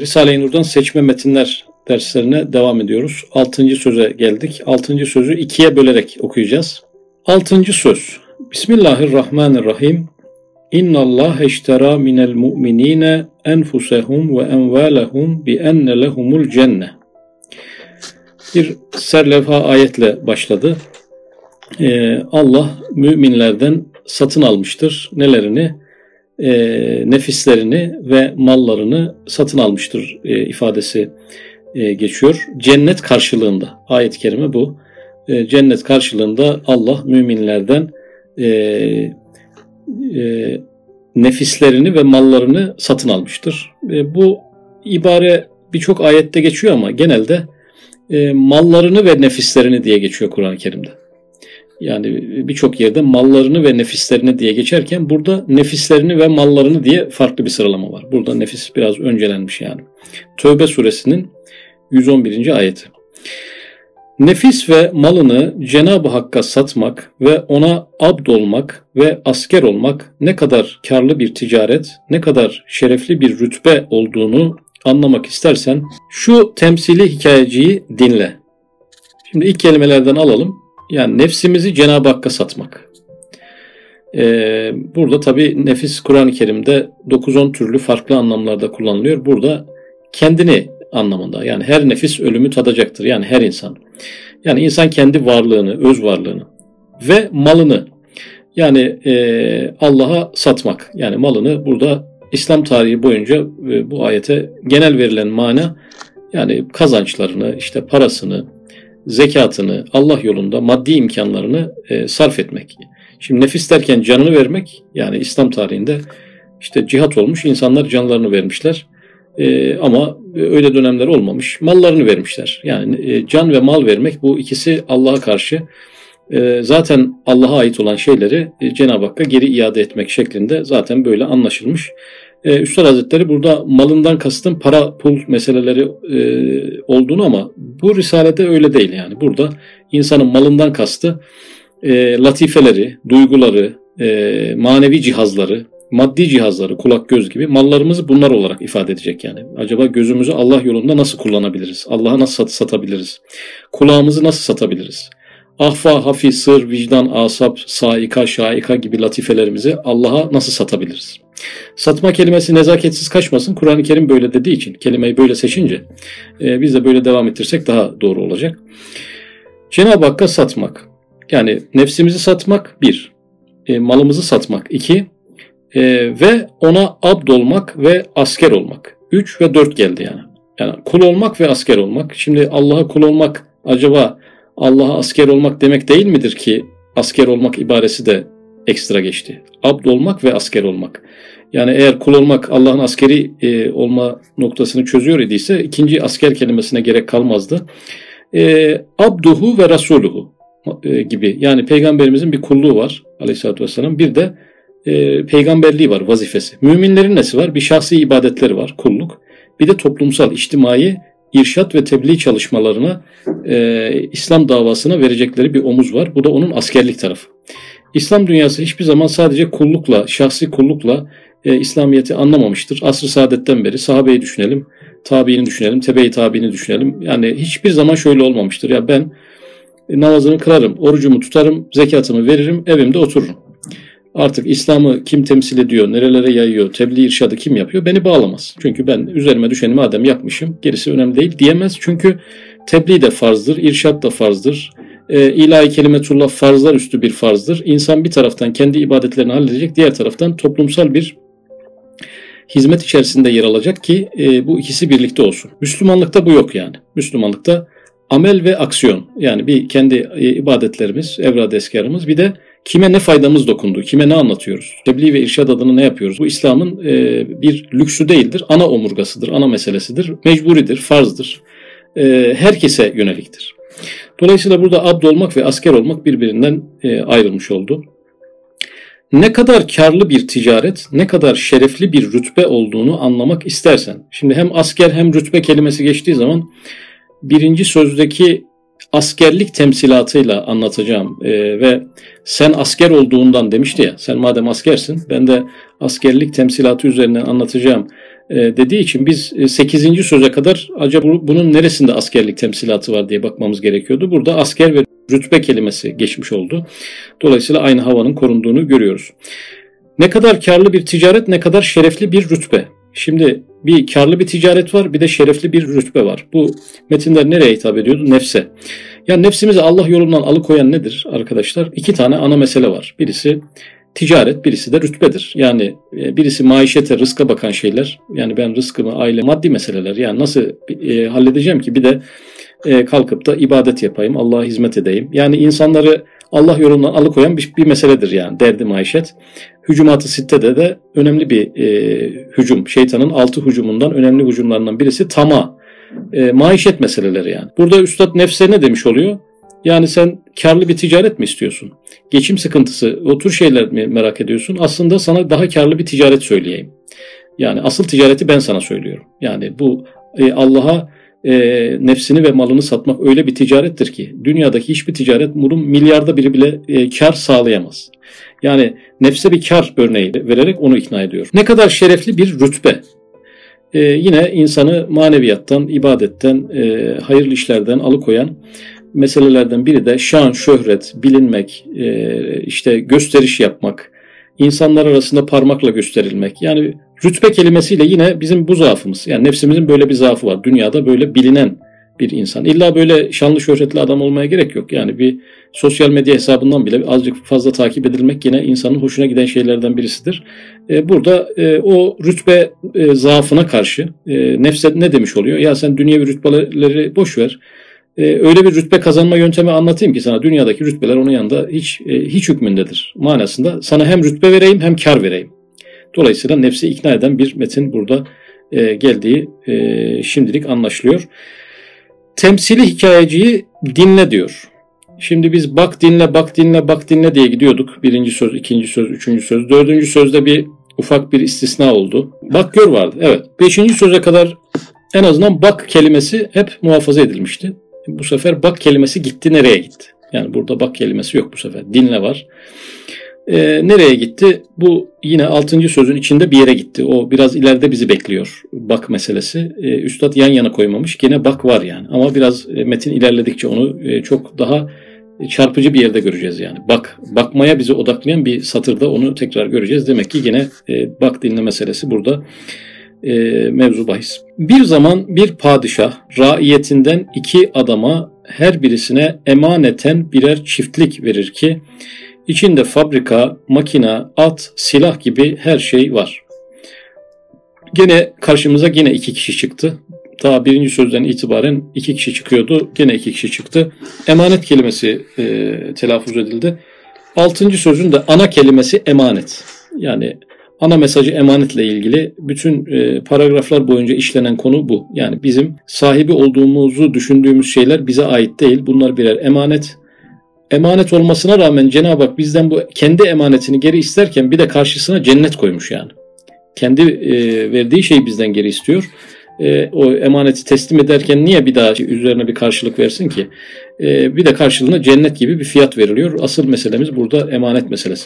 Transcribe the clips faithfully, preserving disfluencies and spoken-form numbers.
Risale-i Nur'dan seçme metinler derslerine devam ediyoruz. Altıncı söze geldik. Altıncı sözü ikiye bölerek okuyacağız. Altıncı söz. Bismillahirrahmanirrahim. İnna Allah eştera minel mu'minine enfusehum ve envalehum bi enne lehumul cenne. Bir serlevha ayetle başladı. Ee, Allah müminlerden satın almıştır. Nelerini? E, nefislerini ve mallarını satın almıştır e, ifadesi e, geçiyor. Cennet karşılığında. Ayet-i kerime bu. E, cennet karşılığında Allah müminlerden e, e, nefislerini ve mallarını satın almıştır. E, bu ibare birçok ayette geçiyor ama genelde e, mallarını ve nefislerini diye geçiyor Kur'an-ı Kerim'de. Yani birçok yerde mallarını ve nefislerini diye geçerken burada nefislerini ve mallarını diye farklı bir sıralama var. Burada nefis biraz öncelenmiş yani. Tövbe suresinin yüz on birinci ayeti. Nefis ve malını Cenab-ı Hakk'a satmak ve ona abd olmak ve asker olmak ne kadar karlı bir ticaret, ne kadar şerefli bir rütbe olduğunu anlamak istersen şu temsili hikayeciyi dinle. Şimdi ilk kelimelerden alalım. Yani nefsimizi Cenab-ı Hakk'a satmak. Ee, burada tabi nefis Kur'an-ı Kerim'de dokuz on türlü farklı anlamlarda kullanılıyor. Burada kendini anlamında. Yani her nefis ölümü tadacaktır. Yani her insan. Yani insan kendi varlığını, öz varlığını ve malını yani e, Allah'a satmak. Yani malını burada İslam tarihi boyunca e, bu ayete genel verilen mana yani kazançlarını, işte parasını, zekatını, Allah yolunda maddi imkanlarını e, sarf etmek. Şimdi nefis derken canını vermek, yani İslam tarihinde işte cihat olmuş, insanlar canlarını vermişler. E, ama öyle dönemler olmamış, mallarını vermişler. Yani e, can ve mal vermek, bu ikisi Allah'a karşı e, zaten Allah'a ait olan şeyleri e, Cenab-ı Hakk'a geri iade etmek şeklinde zaten böyle anlaşılmış. Ee, Üstad Hazretleri burada malından kastın para pul meseleleri e, olduğunu ama bu risalede öyle değil yani. Burada insanın malından kastı e, latifeleri, duyguları, e, manevi cihazları, maddi cihazları, kulak göz gibi mallarımızı bunlar olarak ifade edecek yani. Acaba gözümüzü Allah yolunda nasıl kullanabiliriz? Allah'a nasıl satabiliriz? Kulağımızı nasıl satabiliriz? Ahfa, hafi, sır, vicdan, asap, saika, şaika gibi latifelerimizi Allah'a nasıl satabiliriz? Satma kelimesi nezaketsiz kaçmasın. Kur'an-ı Kerim böyle dediği için, kelimeyi böyle seçince e, biz de böyle devam ettirsek daha doğru olacak. Cenab-ı Hakk'a satmak. Yani nefsimizi satmak bir, e, malımızı satmak iki e, ve ona abd olmak ve asker olmak. Üç ve dört geldi yani. Yani kul olmak ve asker olmak. Şimdi Allah'a kul olmak acaba Allah'a asker olmak demek değil midir ki asker olmak ibaresi de ekstra geçti. Abd olmak ve asker olmak. Yani eğer kul olmak Allah'ın askeri e, olma noktasını çözüyor idiyse ikinci asker kelimesine gerek kalmazdı. E, abduhu ve rasuluhu e, gibi. Yani peygamberimizin bir kulluğu var aleyhissalatü vesselam. Bir de e, peygamberliği var, vazifesi. Müminlerin nesi var? Bir şahsi ibadetleri var, kulluk. Bir de toplumsal, içtimai irşat ve tebliğ çalışmalarına e, İslam davasına verecekleri bir omuz var. Bu da onun askerlik tarafı. İslam dünyası hiçbir zaman sadece kullukla, şahsi kullukla e, İslamiyet'i anlamamıştır. Asr-ı saadetten beri sahabeyi düşünelim, tabiini düşünelim, tebe-i tabiini düşünelim. Yani hiçbir zaman şöyle olmamıştır. Ya ben e, namazımı kılarım, orucumu tutarım, zekatımı veririm, evimde otururum. Artık İslam'ı kim temsil ediyor, nerelere yayıyor, tebliğ irşadı kim yapıyor beni bağlamaz. Çünkü ben üzerime düşeni madem yapmışım, gerisi önemli değil diyemez. Çünkü tebliğ de farzdır, irşat da farzdır. E, ilahi kelimetullah farzlar üstü bir farzdır. İnsan bir taraftan kendi ibadetlerini halledecek, diğer taraftan toplumsal bir hizmet içerisinde yer alacak ki e, bu ikisi birlikte olsun. Müslümanlıkta bu yok yani. Müslümanlıkta amel ve aksiyon, yani bir kendi e, ibadetlerimiz, evrad-ı eskarımız, bir de kime ne faydamız dokundu, kime ne anlatıyoruz, tebliğ ve irşad adına ne yapıyoruz? Bu İslam'ın e, bir lüksü değildir, ana omurgasıdır, ana meselesidir, mecburidir, farzdır, e, herkese yöneliktir. Dolayısıyla burada abd olmak ve asker olmak birbirinden e, ayrılmış oldu. Ne kadar karlı bir ticaret, ne kadar şerefli bir rütbe olduğunu anlamak istersen, şimdi hem asker hem rütbe kelimesi geçtiği zaman birinci sözdeki askerlik temsilatıyla anlatacağım ee, ve sen asker olduğundan demişti ya, sen madem askersin ben de askerlik temsilatı üzerinden anlatacağım e, dediği için biz sekizinci söze kadar acaba bunun neresinde askerlik temsilatı var diye bakmamız gerekiyordu. Burada asker ve rütbe kelimesi geçmiş oldu. Dolayısıyla aynı havanın korunduğunu görüyoruz. Ne kadar karlı bir ticaret, ne kadar şerefli bir rütbe. Şimdi bir karlı bir ticaret var, bir de şerefli bir rütbe var. Bu metinler nereye hitap ediyordu? Nefse. Yani nefsimizi Allah yolundan alıkoyan nedir arkadaşlar? İki tane ana mesele var. Birisi ticaret, birisi de rütbedir. Yani birisi maişete, rızka bakan şeyler. Yani ben rızkımı, aile, maddi meseleler. Yani nasıl e, halledeceğim ki bir de e, kalkıp da ibadet yapayım, Allah'a hizmet edeyim. Yani insanları Allah yolundan alıkoyan bir, bir meseledir yani derdi maişet. Hücumat-ı Sitte'de de önemli bir e, hücum. Şeytanın altı hücumundan önemli hücumlarından birisi tama. E, maişet meseleleri yani. Burada Üstad nefse ne demiş oluyor? Yani sen karlı bir ticaret mi istiyorsun? Geçim sıkıntısı, o tür şeyler mi merak ediyorsun? Aslında sana daha karlı bir ticaret söyleyeyim. Yani asıl ticareti ben sana söylüyorum. Yani bu e, Allah'a e, nefsini ve malını satmak öyle bir ticarettir ki dünyadaki hiçbir ticaret bunun milyarda biri bile e, kar sağlayamaz. Yani nefse bir kar örneği vererek onu ikna ediyor. Ne kadar şerefli bir rütbe. Ee, yine insanı maneviyattan, ibadetten, e, hayırlı işlerden alıkoyan meselelerden biri de şan, şöhret, bilinmek, e, işte gösteriş yapmak, insanlar arasında parmakla gösterilmek. Yani rütbe kelimesiyle yine bizim bu zaafımız. Yani nefsimizin böyle bir zaafı var. Dünyada böyle bilinen bir insan. İlla böyle şanlı şöhretli adam olmaya gerek yok. Yani bir sosyal medya hesabından bile azıcık fazla takip edilmek yine insanın hoşuna giden şeylerden birisidir. Burada o rütbe zaafına karşı nefse ne demiş oluyor? Ya sen dünyevi rütbeleri boş ver. Öyle bir rütbe kazanma yöntemi anlatayım ki sana dünyadaki rütbeler onun yanında hiç hiç hükmündedir manasında. Sana hem rütbe vereyim hem kar vereyim. Dolayısıyla nefsi ikna eden bir metin burada geldiği şimdilik anlaşılıyor. Temsili hikayeciyi dinle diyor. Şimdi biz bak dinle, bak dinle, bak dinle diye gidiyorduk. Birinci söz, ikinci söz, üçüncü söz. Dördüncü sözde bir ufak bir istisna oldu. Bak gör vardı. Evet. Beşinci söze kadar en azından bak kelimesi hep muhafaza edilmişti. Bu sefer bak kelimesi gitti, nereye gitti? Yani burada bak kelimesi yok bu sefer. Dinle var. Ee, nereye gitti? Bu yine altıncı sözün içinde bir yere gitti. O biraz ileride bizi bekliyor. Bak meselesi. Ee, Üstad yan yana koymamış. Gene bak var yani. Ama biraz e, metin ilerledikçe onu e, çok daha çarpıcı bir yerde göreceğiz yani. Bak, bakmaya bizi odaklayan bir satırda onu tekrar göreceğiz. Demek ki yine e, bak dinle meselesi burada e, mevzu bahis. Bir zaman bir padişah raiyetinden iki adama her birisine emaneten birer çiftlik verir ki İçinde fabrika, makina, at, silah gibi her şey var. Gene karşımıza gene iki kişi çıktı. Ta birinci sözden itibaren iki kişi çıkıyordu. Gene iki kişi çıktı. Emanet kelimesi e, telaffuz edildi. Altıncı sözün de ana kelimesi emanet. Yani ana mesajı emanetle ilgili bütün e, paragraflar boyunca işlenen konu bu. Yani bizim sahibi olduğumuzu düşündüğümüz şeyler bize ait değil. Bunlar birer emanet. Emanet olmasına rağmen Cenab-ı Hak bizden bu kendi emanetini geri isterken bir de karşısına cennet koymuş yani. Kendi e, verdiği şeyi bizden geri istiyor. E, o emaneti teslim ederken niye bir daha üzerine bir karşılık versin ki? E, bir de karşılığında cennet gibi bir fiyat veriliyor. Asıl meselemiz burada emanet meselesi.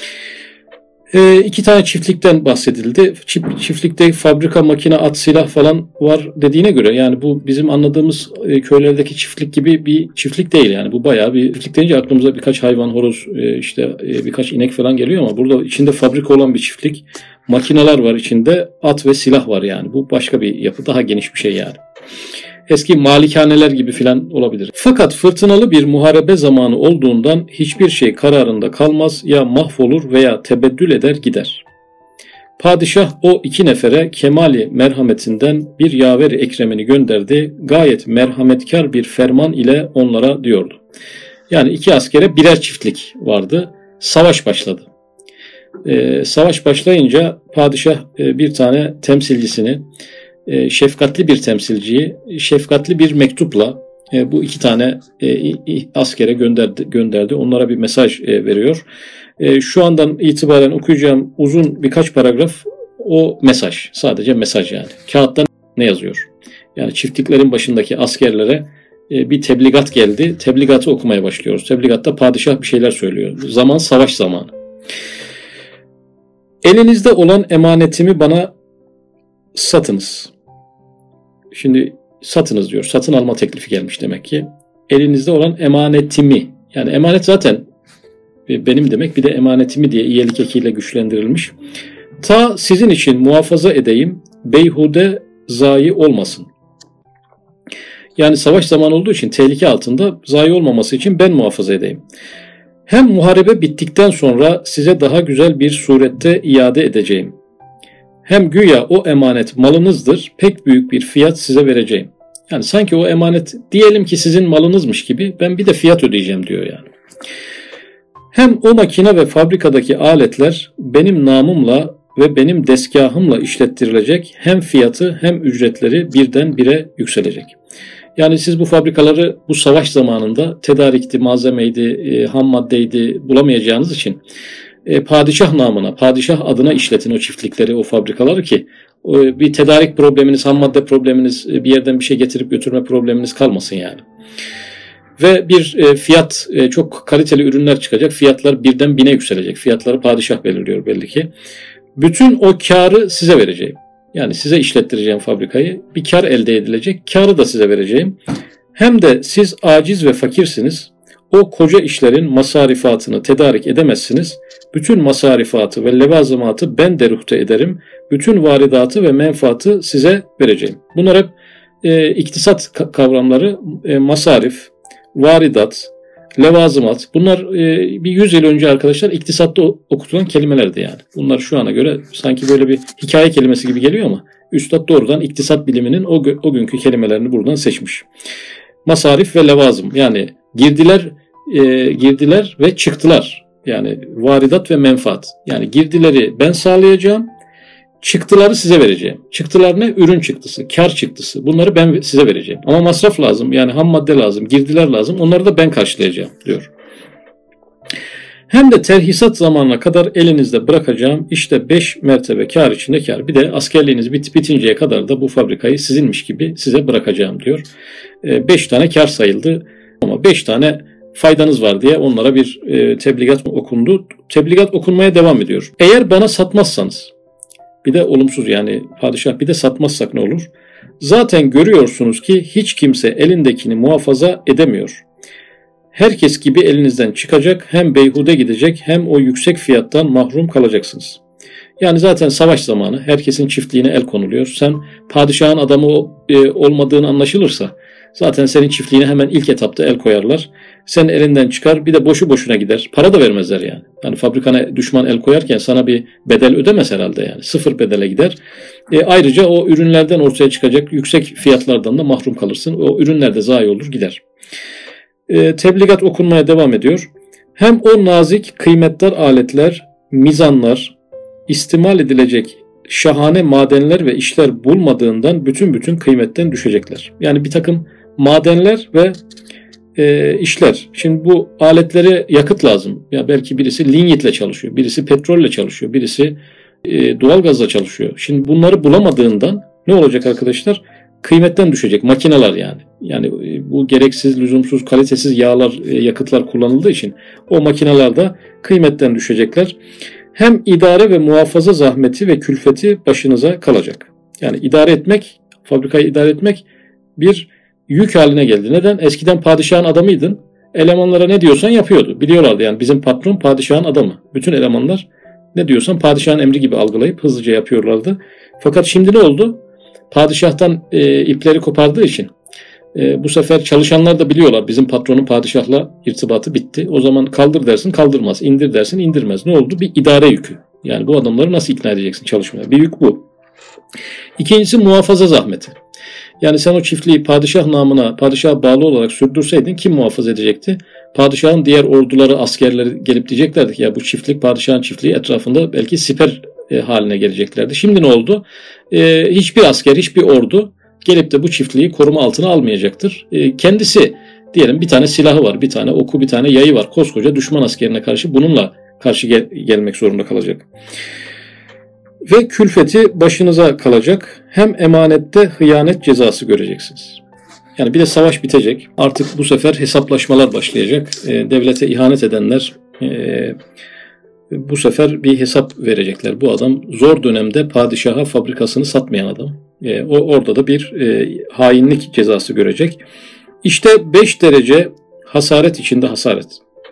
E, iki tane çiftlikten bahsedildi. Çift, çiftlikte fabrika, makine, at, silah falan var dediğine göre yani bu bizim anladığımız e, köylerdeki çiftlik gibi bir çiftlik değil yani. Bu bayağı bir çiftlik deyince aklımıza birkaç hayvan, horoz, e, işte e, birkaç inek falan geliyor ama burada içinde fabrika olan bir çiftlik. Makineler var içinde, at ve silah var yani. Bu başka bir yapı, daha geniş bir şey yani. Eski malikaneler gibi filan olabilir. Fakat fırtınalı bir muharebe zamanı olduğundan hiçbir şey kararında kalmaz, ya mahvolur veya tebeddül eder gider. Padişah o iki nefere kemali merhametinden bir yaver-i ekremini gönderdi. Gayet merhametkar bir ferman ile onlara diyordu. Yani iki askere birer çiftlik vardı. Savaş başladı. Ee, savaş başlayınca padişah e, bir tane temsilcisini, e, şefkatli bir temsilciyi, şefkatli bir mektupla e, bu iki tane e, askere gönderdi, gönderdi. Onlara bir mesaj e, veriyor. E, şu andan itibaren okuyacağım uzun birkaç paragraf o mesaj. Sadece mesaj yani. Kağıtta ne yazıyor? Yani çiftliklerin başındaki askerlere e, bir tebligat geldi. Tebligatı okumaya başlıyoruz. Tebligatta padişah bir şeyler söylüyor. Zaman savaş zamanı. Elinizde olan emanetimi bana satınız. Şimdi satınız diyor. Satın alma teklifi gelmiş demek ki. Elinizde olan emanetimi, yani emanet zaten benim demek, bir de emanetimi diye iyilik ekiyle güçlendirilmiş. Ta sizin için muhafaza edeyim, beyhude zayi olmasın. Yani savaş zamanı olduğu için tehlike altında, zayi olmaması için ben muhafaza edeyim. Hem muharebe bittikten sonra size daha güzel bir surette iade edeceğim. Hem güya o emanet malınızdır, pek büyük bir fiyat size vereceğim. Yani sanki o emanet diyelim ki sizin malınızmış gibi, ben bir de fiyat ödeyeceğim diyor yani. Hem o makine ve fabrikadaki aletler benim namımla ve benim desgahımla işlettirilecek, hem fiyatı hem ücretleri birden bire yükselecek. Yani siz bu fabrikaları bu savaş zamanında tedarikti, malzemeydi, e, ham maddeydi bulamayacağınız için e, padişah namına, padişah adına işletin o çiftlikleri, o fabrikaları ki e, bir tedarik probleminiz, ham madde probleminiz, e, bir yerden bir şey getirip götürme probleminiz kalmasın yani. Ve bir e, fiyat, e, çok kaliteli ürünler çıkacak, fiyatlar birden bine yükselecek. Fiyatları padişah belirliyor belli ki. Bütün o karı size vereceğim. Yani size işlettireceğim fabrikayı, bir kar elde edilecek, karı da size vereceğim. Hem de siz aciz ve fakirsiniz, o koca işlerin masarifatını tedarik edemezsiniz. Bütün masarifatı ve levazımatı ben deruhte ederim. Bütün varidatı ve menfaatı size vereceğim. Bunlar hep e, iktisat kavramları, e, masarif, varidat, levazımat. Bunlar e, bir yüz yıl önce arkadaşlar iktisatta okutulan kelimelerdi yani. Bunlar şu ana göre sanki böyle bir hikaye kelimesi gibi geliyor ama üstad doğrudan iktisat biliminin o, o günkü kelimelerini buradan seçmiş. Masarif ve levazım, yani girdiler, e, girdiler ve çıktılar. Yani varidat ve menfaat. Yani girdileri ben sağlayacağım, çıktıları size vereceğim. Çıktılar ne? Ürün çıktısı, kar çıktısı. Bunları ben size vereceğim. Ama masraf lazım, yani ham madde lazım, girdiler lazım. Onları da ben karşılayacağım diyor. Hem de terhisat zamanına kadar elinizde bırakacağım işte beş mertebe kar içinde kar. Bir de askerliğiniz bit bitinceye kadar da bu fabrikayı sizinmiş gibi size bırakacağım diyor. Beş tane kar sayıldı ama beş tane faydanız var diye onlara bir e, tebligat okundu. Tebligat okunmaya devam ediyor. Eğer bana satmazsanız, bir de olumsuz yani padişah, bir de satmazsak ne olur? Zaten görüyorsunuz ki hiç kimse elindekini muhafaza edemiyor. Herkes gibi elinizden çıkacak, hem beyhude gidecek hem o yüksek fiyattan mahrum kalacaksınız. Yani zaten savaş zamanı, herkesin çiftliğine el konuluyor. Sen padişahın adamı e, olmadığın anlaşılırsa zaten senin çiftliğine hemen ilk etapta el koyarlar. Sen elinden çıkar, bir de boşu boşuna gider. Para da vermezler yani. Yani fabrikana düşman el koyarken sana bir bedel ödemez herhalde yani. Sıfır bedele gider. E, ayrıca o ürünlerden ortaya çıkacak yüksek fiyatlardan da mahrum kalırsın. O ürünler de zayi olur gider. E, tebligat okunmaya devam ediyor. Hem o nazik kıymetdar aletler, mizanlar, istimal edilecek şahane madenler ve işler bulmadığından bütün bütün kıymetten düşecekler. Yani bir takım madenler ve e, işler. Şimdi bu aletlere yakıt lazım. Ya belki birisi linyitle çalışıyor, birisi petrolle çalışıyor, birisi e, doğalgazla çalışıyor. Şimdi bunları bulamadığından ne olacak arkadaşlar? Kıymetten düşecek makineler yani. Yani e, bu gereksiz, lüzumsuz, kalitesiz yağlar, e, yakıtlar kullanıldığı için o makineler de kıymetten düşecekler. Hem idare ve muhafaza zahmeti ve külfeti başınıza kalacak. Yani idare etmek, fabrikayı idare etmek bir yük haline geldi. Neden? Eskiden padişahın adamıydın. Elemanlara ne diyorsan yapıyordu. Biliyorlardı yani bizim patron padişahın adamı. Bütün elemanlar ne diyorsan padişahın emri gibi algılayıp hızlıca yapıyorlardı. Fakat şimdi ne oldu? Padişahtan e, ipleri kopardığı için e, bu sefer çalışanlar da biliyorlar bizim patronun padişahla irtibatı bitti. O zaman kaldır dersin kaldırmaz, indir dersin indirmez. Ne oldu? Bir idare yükü. Yani bu adamları nasıl ikna edeceksin çalışmaya? Bir yük bu. İkincisi muhafaza zahmeti. Yani sen o çiftliği padişah namına, padişaha bağlı olarak sürdürseydin kim muhafaza edecekti? Padişahın diğer orduları, askerleri gelip diyeceklerdi ki ya bu çiftlik padişahın çiftliği, etrafında belki siper e, haline geleceklerdi. Şimdi ne oldu? E, hiçbir asker, hiçbir ordu gelip de bu çiftliği koruma altına almayacaktır. E, kendisi diyelim bir tane silahı var, bir tane oku, bir tane yayı var. Koskoca düşman askerine karşı bununla karşı gel- gelmek zorunda kalacak. Ve külfeti başınıza kalacak. Hem emanette hıyanet cezası göreceksiniz. Yani bir de savaş bitecek. Artık bu sefer hesaplaşmalar başlayacak. E, devlete ihanet edenler, e, bu sefer bir hesap verecekler. Bu adam zor dönemde padişaha fabrikasını satmayan adam. E, o orada da bir e, hainlik cezası görecek. İşte beş derece hasaret içinde hasaret.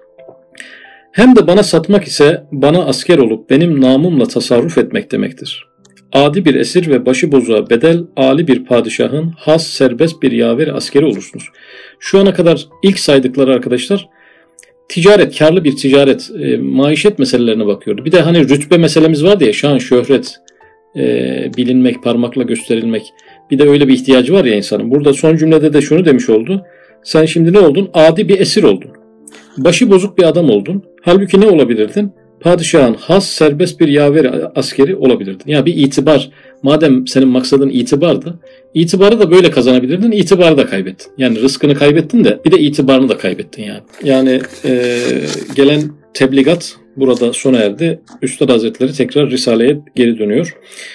Hem de bana satmak ise bana asker olup benim namımla tasarruf etmek demektir. Adi bir esir ve başıbozuğa bedel âli bir padişahın has serbest bir yaveri askeri olursunuz. Şu ana kadar ilk saydıkları arkadaşlar ticaret, karlı bir ticaret, e, maişet meselelerine bakıyordu. Bir de hani rütbe meselemiz vardı ya, şan, şöhret, e, bilinmek, parmakla gösterilmek. Bir de öyle bir ihtiyacı var ya insanın. Burada son cümlede de şunu demiş oldu. Sen şimdi ne oldun? Adi bir esir oldun. Başı bozuk bir adam oldun. Halbuki ne olabilirdin? Padişahın has serbest bir yaveri askeri olabilirdin. Yani bir itibar. Madem senin maksadın itibardı, itibarı da böyle kazanabilirdin, itibarı da kaybettin. Yani rızkını kaybettin de bir de itibarını da kaybettin yani. Yani e, gelen tebligat burada sona erdi. Üstad Hazretleri tekrar Risale'ye geri dönüyor.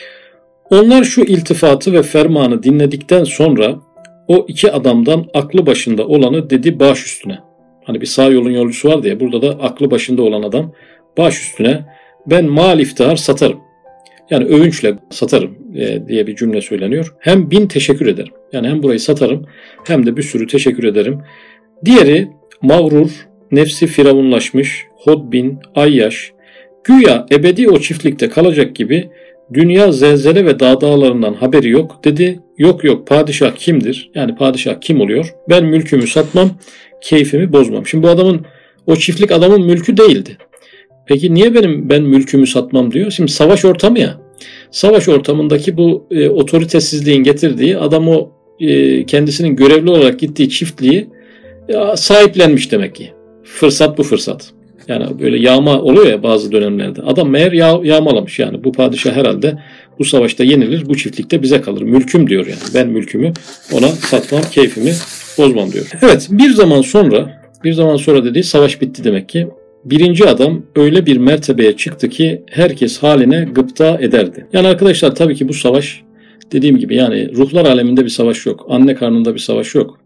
Onlar şu iltifatı ve fermanı dinledikten sonra o iki adamdan aklı başında olanı dedi baş üstüne. Hani bir sağ yolun yolcusu var diye, burada da aklı başında olan adam baş üstüne ben mal iftihar satarım. Yani övünçle satarım e, diye bir cümle söyleniyor. Hem bin teşekkür ederim. Yani hem burayı satarım hem de bir sürü teşekkür ederim. Diğeri mağrur, nefsi firavunlaşmış, hodbin, ayyaş, güya ebedi o çiftlikte kalacak gibi dünya zelzele ve dağ dağlarından haberi yok dedi. Yok yok padişah kimdir? Yani padişah kim oluyor? Ben mülkümü satmam, keyfimi bozmam. Şimdi bu adamın, o çiftlik adamın mülkü değildi. Peki niye benim ben mülkümü satmam diyor? Şimdi savaş ortamı ya. Savaş ortamındaki bu e, otoritesizliğin getirdiği, adam o e, kendisinin görevli olarak gittiği çiftliği ya, sahiplenmiş demek ki. Fırsat bu fırsat. Yani böyle yağma oluyor ya bazı dönemlerde. Adam meğer yağ, yağmalamış yani. Bu padişah herhalde bu savaşta yenilir, bu çiftlikte bize kalır. Mülküm diyor yani. Ben mülkümü ona satmam, keyfimi bozmam diyor. Evet, bir zaman sonra, bir zaman sonra dediği savaş bitti demek ki. Birinci adam öyle bir mertebeye çıktı ki herkes haline gıpta ederdi. Yani arkadaşlar tabii ki bu savaş dediğim gibi yani ruhlar aleminde bir savaş yok. Anne karnında bir savaş yok.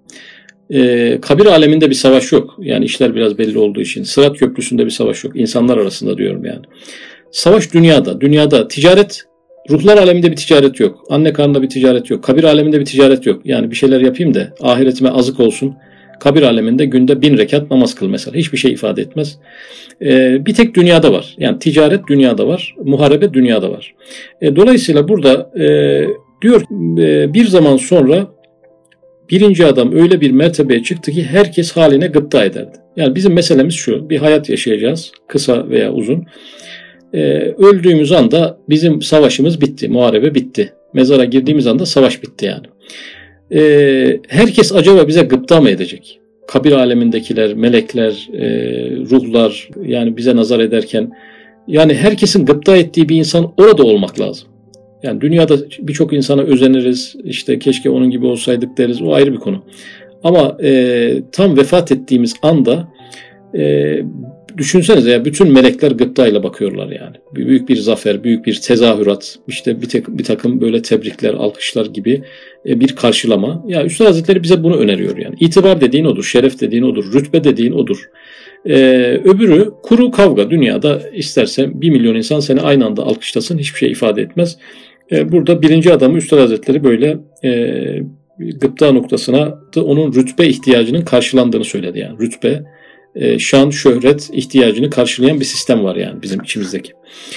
Ee, kabir aleminde bir savaş yok. Yani işler biraz belli olduğu için. Sırat köprüsünde bir savaş yok. İnsanlar arasında diyorum yani. Savaş dünyada. Dünyada ticaret, ruhlar aleminde bir ticaret yok. Anne karnında bir ticaret yok. Kabir aleminde bir ticaret yok. Yani bir şeyler yapayım da ahiretime azık olsun. Kabir aleminde günde bin rekat namaz kıl mesela. Hiçbir şey ifade etmez. Ee, bir tek dünyada var. Yani ticaret dünyada var. Muharebe dünyada var. E, dolayısıyla burada e, diyor e, bir zaman sonra birinci adam öyle bir mertebeye çıktı ki herkes haline gıpta ederdi. Yani bizim meselemiz şu. Bir hayat yaşayacağız. Kısa veya uzun. E, öldüğümüz anda bizim savaşımız bitti. Muharebe bitti. Mezara girdiğimiz anda savaş bitti yani. Ee, herkes acaba bize gıpta mı edecek? Kabir alemindekiler, melekler, e, ruhlar yani bize nazar ederken yani herkesin gıpta ettiği bir insan orada olmak lazım. Yani dünyada birçok insana özeniriz, işte keşke onun gibi olsaydık deriz, o ayrı bir konu. Ama e, tam vefat ettiğimiz anda e, düşünsenize ya bütün melekler gıptayla bakıyorlar yani. Büyük bir zafer, büyük bir tezahürat, işte bir, tek, bir takım böyle tebrikler, alkışlar gibi bir karşılama. Ya Üstad Hazretleri bize bunu öneriyor yani. İtibar dediğin odur, şeref dediğin odur, rütbe dediğin odur. Ee, öbürü kuru kavga. Dünyada isterse bir milyon insan seni aynı anda alkışlasın, hiçbir şey ifade etmez. Ee, burada birinci adamı Üstad Hazretleri böyle e, gıpta noktasına da onun rütbe ihtiyacının karşılandığını söyledi yani. Rütbe, e, şan, şöhret ihtiyacını karşılayan bir sistem var yani bizim içimizdeki.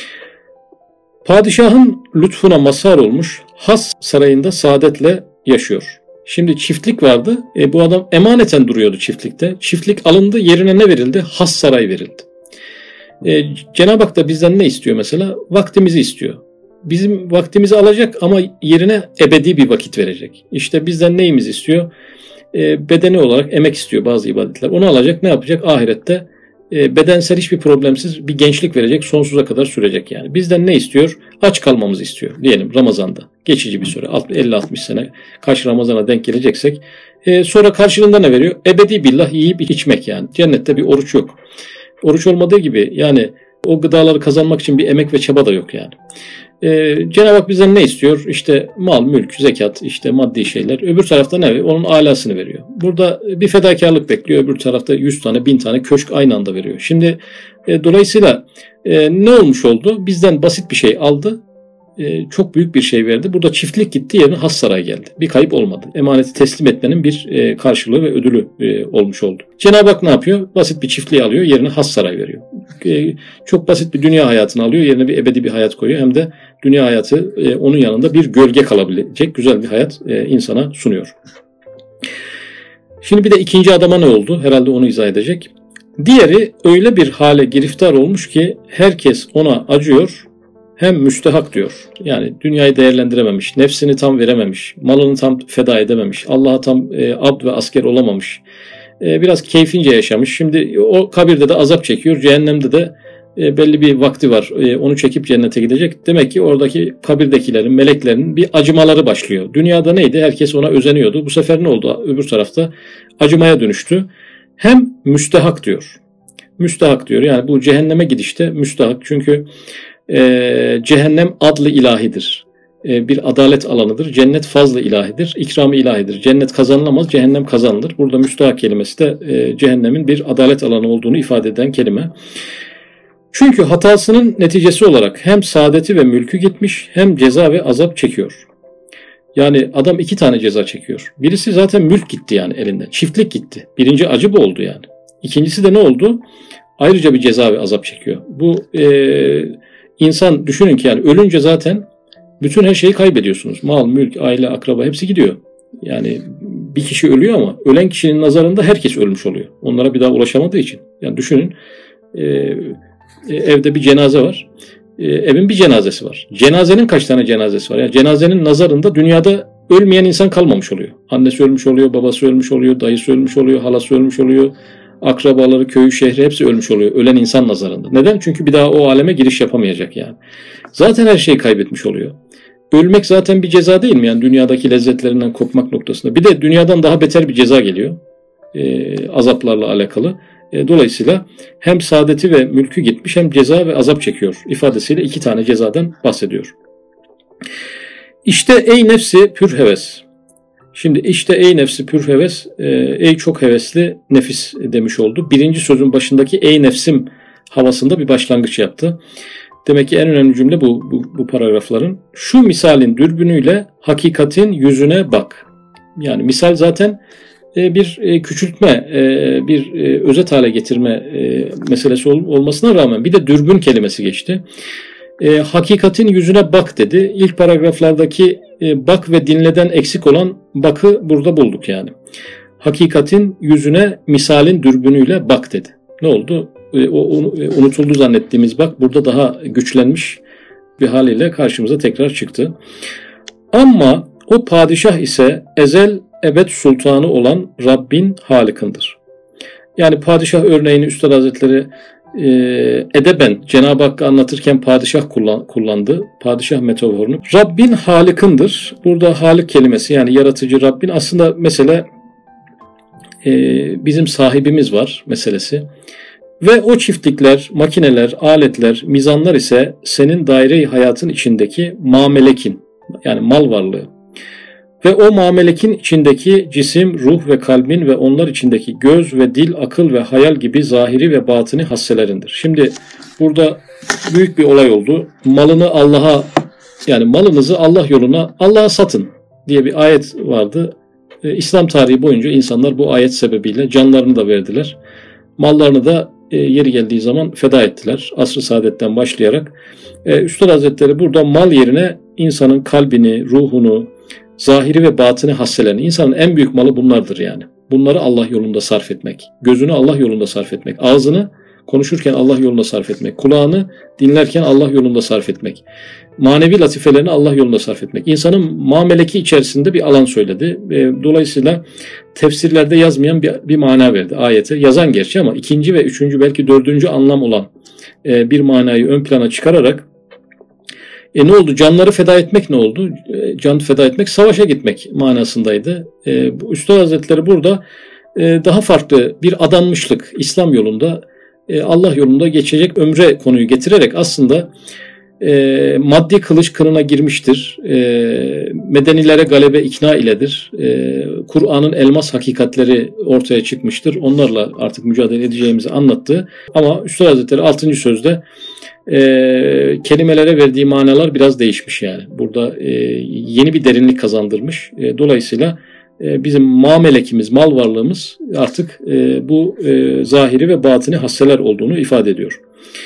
Padişahın lütfuna mazhar olmuş, has sarayında saadetle yaşıyor. Şimdi çiftlik vardı. E, bu adam emaneten duruyordu çiftlikte. Çiftlik alındı, yerine ne verildi? Has saray verildi. E, Cenab-ı Hak da bizden ne istiyor mesela? Vaktimizi istiyor. Bizim vaktimizi alacak ama yerine ebedi bir vakit verecek. İşte bizden neyimizi istiyor? E, bedeni olarak emek istiyor bazı ibadetler. Onu alacak, ne yapacak? Ahirette e, bedensel hiçbir problemsiz bir gençlik verecek, sonsuza kadar sürecek yani. Bizden ne istiyor? Aç kalmamızı istiyor. Diyelim Ramazan'da. Geçici bir süre. elli altmış sene. Kaç Ramazan'a denk geleceksek. E, sonra karşılığında ne veriyor? Ebedi billah yiyip içmek yani. Cennette bir oruç yok. Oruç olmadığı gibi yani o gıdaları kazanmak için bir emek ve çaba da yok yani. Ee, Cenab-ı Hak bizden ne istiyor? İşte mal, mülk, zekat, işte maddi şeyler. Öbür tarafta ne veriyor? Onun alasını veriyor. Burada bir fedakarlık bekliyor. Öbür tarafta yüz tane, bin tane köşk aynı anda veriyor. Şimdi e, dolayısıyla E, ne olmuş oldu? Bizden basit bir şey aldı. E, çok büyük bir şey verdi. Burada çiftlik gitti, yerine has saray geldi. Bir kayıp olmadı. Emaneti teslim etmenin bir e, karşılığı ve ödülü e, olmuş oldu. Cenab-ı Hak ne yapıyor? Basit bir çiftliği alıyor, yerine has saray veriyor. E, çok basit bir dünya hayatını alıyor, yerine bir ebedi bir hayat koyuyor. Hem de dünya hayatı e, onun yanında bir gölge kalabilecek güzel bir hayat e, insana sunuyor. Şimdi bir de ikinci adama ne oldu? Herhalde onu izah edecek. Diğeri öyle bir hale giriftar olmuş ki herkes ona acıyor, hem müstehak diyor. Yani dünyayı değerlendirememiş, nefsini tam verememiş, malını tam feda edememiş, Allah'a tam e, abd ve asker olamamış. E, biraz keyfince yaşamış. Şimdi o kabirde de azap çekiyor, cehennemde de e, belli bir vakti var. E, onu çekip cennete gidecek. Demek ki oradaki kabirdekilerin, meleklerin bir acımaları başlıyor. Dünyada neydi? Herkes ona özeniyordu. Bu sefer ne oldu? Öbür tarafta acımaya dönüştü. Hem müstehak diyor. Müstehak diyor. Yani bu cehenneme gidişte müstehak. Çünkü e, cehennem adlı ilahidir. E, bir adalet alanıdır. Cennet fazlı ilahidir. İkram-ı ilahidir. Cennet kazanılamaz, cehennem kazanılır. Burada müstehak kelimesi de e, cehennemin bir adalet alanı olduğunu ifade eden kelime. Çünkü hatasının neticesi olarak hem saadeti ve mülkü gitmiş, hem ceza ve azap çekiyor. Yani adam iki tane ceza çekiyor. Birisi zaten mülk gitti yani elinden. Çiftlik gitti. Birinci acı bu oldu yani. İkincisi de ne oldu? Ayrıca bir ceza ve azap çekiyor. Bu e, insan düşünün ki yani ölünce zaten bütün her şeyi kaybediyorsunuz. Mal, mülk, aile, akraba hepsi gidiyor. Yani bir kişi ölüyor ama ölen kişinin nazarında herkes ölmüş oluyor. Onlara bir daha ulaşamadığı için. Yani düşünün e, evde bir cenaze var. E, evin bir cenazesi var. Cenazenin kaç tane cenazesi var? Yani cenazenin nazarında dünyada ölmeyen insan kalmamış oluyor. Annesi ölmüş oluyor, babası ölmüş oluyor, dayısı ölmüş oluyor, halası ölmüş oluyor. Akrabaları, köyü, şehri hepsi ölmüş oluyor. Ölen insan nazarında. Neden? Çünkü bir daha o aleme giriş yapamayacak yani. Zaten her şeyi kaybetmiş oluyor. Ölmek zaten bir ceza değil mi? Yani dünyadaki lezzetlerinden kopmak noktasında. Bir de dünyadan daha beter bir ceza geliyor. Ee, azaplarla alakalı. E, dolayısıyla hem saadeti ve mülkü gitmiş, hem ceza ve azap çekiyor ifadesiyle iki tane cezadan bahsediyor. İşte ey nefsi pür heves. Şimdi işte ey nefsi pür heves, e, ey çok hevesli nefis demiş oldu. Birinci sözün başındaki ey nefsim havasında bir başlangıç yaptı. Demek ki en önemli cümle bu, bu, bu paragrafların. Şu misalin dürbünüyle hakikatin yüzüne bak. Yani misal zaten e, bir e, küçültme, e, bir e, özet hale getirme e, meselesi ol, olmasına rağmen bir de dürbün kelimesi geçti. E, hakikatin yüzüne bak dedi. İlk paragraflardaki e, bak ve dinleden eksik olan bakı burada bulduk yani. Hakikatin yüzüne misalin dürbünüyle bak dedi. Ne oldu? E, o e, unutuldu zannettiğimiz bak burada daha güçlenmiş bir haliyle karşımıza tekrar çıktı. Ama o padişah ise ezel ebed sultanı olan Rabbin halikındır. Yani padişah örneğini Üstad Hazretleri e, edeben Cenab-ı Hakk'ı anlatırken padişah kullan, kullandı. Padişah metaforunu. Rabbin halikındır. Burada halik kelimesi yani yaratıcı Rabbin aslında mesele e, bizim sahibimiz var meselesi. Ve o çiftlikler, makineler, aletler, mizanlar ise senin daire-i hayatın içindeki mamelekin yani mal varlığı. Ve o mamelekin içindeki cisim, ruh ve kalbin ve onlar içindeki göz ve dil, akıl ve hayal gibi zahiri ve batini hasselerindir. Şimdi burada büyük bir olay oldu. Malını Allah'a yani malınızı Allah yoluna Allah'a satın diye bir ayet vardı. Ee, İslam tarihi boyunca insanlar bu ayet sebebiyle canlarını da verdiler. Mallarını da e, yeri geldiği zaman feda ettiler. Asr-ı Saadet'ten başlayarak. E, Üstad Hazretleri burada mal yerine insanın kalbini, ruhunu, zahiri ve batını hasselerini, insanın en büyük malı bunlardır yani. Bunları Allah yolunda sarf etmek. Gözünü Allah yolunda sarf etmek. Ağzını konuşurken Allah yolunda sarf etmek. Kulağını dinlerken Allah yolunda sarf etmek. Manevi latifelerini Allah yolunda sarf etmek. İnsanın mameleki içerisinde bir alan söyledi. Dolayısıyla tefsirlerde yazmayan bir, bir mana verdi ayete. Yazan gerçi ama ikinci ve üçüncü belki dördüncü anlam olan bir manayı ön plana çıkararak E ne oldu? Canları feda etmek ne oldu? E, can feda etmek, savaşa gitmek manasındaydı. E, bu Üstad Hazretleri burada e, daha farklı bir adanmışlık, İslam yolunda, e, Allah yolunda geçecek ömre konuyu getirerek aslında e, maddi kılıç kınına girmiştir. E, medenilere galebe ikna iledir. E, Kur'an'ın elmas hakikatleri ortaya çıkmıştır. Onlarla artık mücadele edeceğimizi anlattı. Ama Üstad Hazretleri altıncı sözde e, kelimelere verdiği manalar biraz değişmiş yani. Burada e, yeni bir derinlik kazandırmış. E, dolayısıyla e, bizim ma melekimiz, mal varlığımız artık e, bu e, zahiri ve batini hasseler olduğunu ifade ediyor.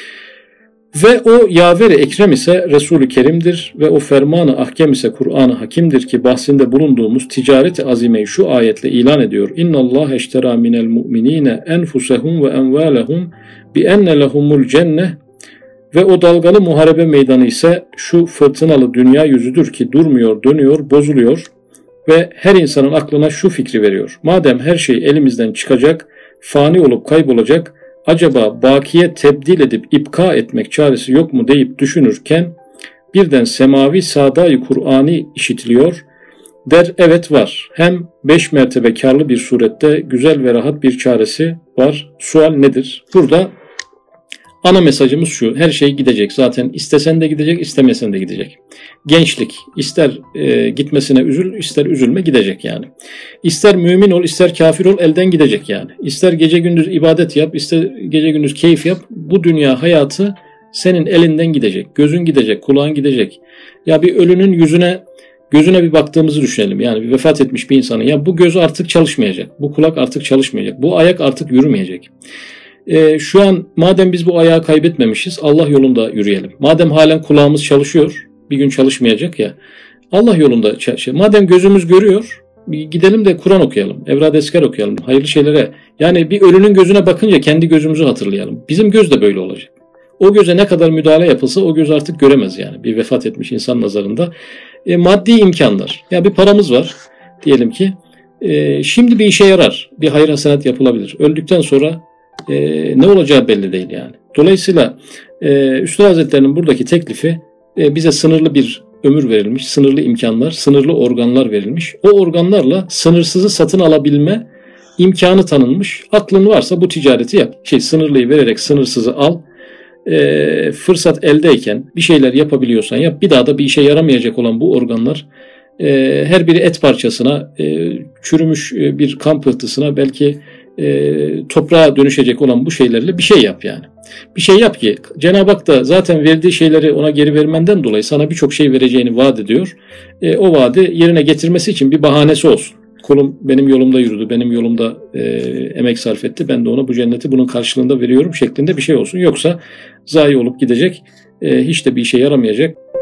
Ve o yaver-i ekrem ise Resul-i Kerim'dir ve o ferman-ı ahkem ise Kur'an-ı Hakim'dir ki bahsinde bulunduğumuz ticaret-i azimeyi şu ayetle ilan ediyor. İnna Allah eştera minel mu'minine enfusehum ve envalehum bi enne lehumul cenneh ve o dalgalı muharebe meydanı ise şu fırtınalı dünya yüzüdür ki durmuyor, dönüyor, bozuluyor ve her insanın aklına şu fikri veriyor. Madem her şey elimizden çıkacak, fani olup kaybolacak, acaba bakiye tebdil edip ipka etmek çaresi yok mu deyip düşünürken birden semavi sadayı Kur'ani işitiliyor. Der evet var. Hem beş mertebe karlı bir surette güzel ve rahat bir çaresi var. Sual nedir? Burada ana mesajımız şu. Her şey gidecek. Zaten istesen de gidecek, istemesen de gidecek. Gençlik. ister e, gitmesine üzül, ister üzülme gidecek yani. İster mümin ol, ister kafir ol elden gidecek yani. İster gece gündüz ibadet yap, ister gece gündüz keyif yap. Bu dünya hayatı senin elinden gidecek. Gözün gidecek, kulağın gidecek. Ya bir ölünün yüzüne, gözüne bir baktığımızı düşünelim. Yani bir vefat etmiş bir insanın. Ya bu göz artık çalışmayacak. Bu kulak artık çalışmayacak. Bu ayak artık yürümeyecek. Ee, şu an madem biz bu ayağı kaybetmemişiz, Allah yolunda yürüyelim. Madem halen kulağımız çalışıyor, bir gün çalışmayacak ya. Allah yolunda çalışalım. Madem gözümüz görüyor, gidelim de Kur'an okuyalım, evrad-ı eskar okuyalım, hayırlı şeylere. Yani bir ölünün gözüne bakınca kendi gözümüzü hatırlayalım. Bizim göz de böyle olacak. O göze ne kadar müdahale yapılsa o göz artık göremez yani bir vefat etmiş insan nazarında. E, maddi imkanlar. Ya bir paramız var diyelim ki. E, şimdi bir işe yarar. Bir hayır hasenat yapılabilir. Öldükten sonra e, ne olacağı belli değil yani. Dolayısıyla e, Üstad Hazretleri'nin buradaki teklifi e, bize sınırlı bir ömür verilmiş, sınırlı imkanlar, sınırlı organlar verilmiş. O organlarla sınırsızı satın alabilme imkanı tanınmış. Aklın varsa bu ticareti yap. Şey, sınırlıyı vererek sınırsızı al. E, fırsat eldeyken bir şeyler yapabiliyorsan yap. Bir daha da bir işe yaramayacak olan bu organlar e, her biri et parçasına, e, çürümüş e, bir kan pıhtısına, belki e, toprağa dönüşecek olan bu şeylerle bir şey yap yani. Bir şey yap ki Cenab-ı Hak da zaten verdiği şeyleri ona geri vermenden dolayı sana birçok şey vereceğini vaat ediyor. E, o vaadi yerine getirmesi için bir bahanesi olsun. Kulum benim yolumda yürüdü, benim yolumda e, emek sarf etti. Ben de ona bu cenneti bunun karşılığında veriyorum şeklinde bir şey olsun. Yoksa zayi olup gidecek, e, hiç de bir işe yaramayacak.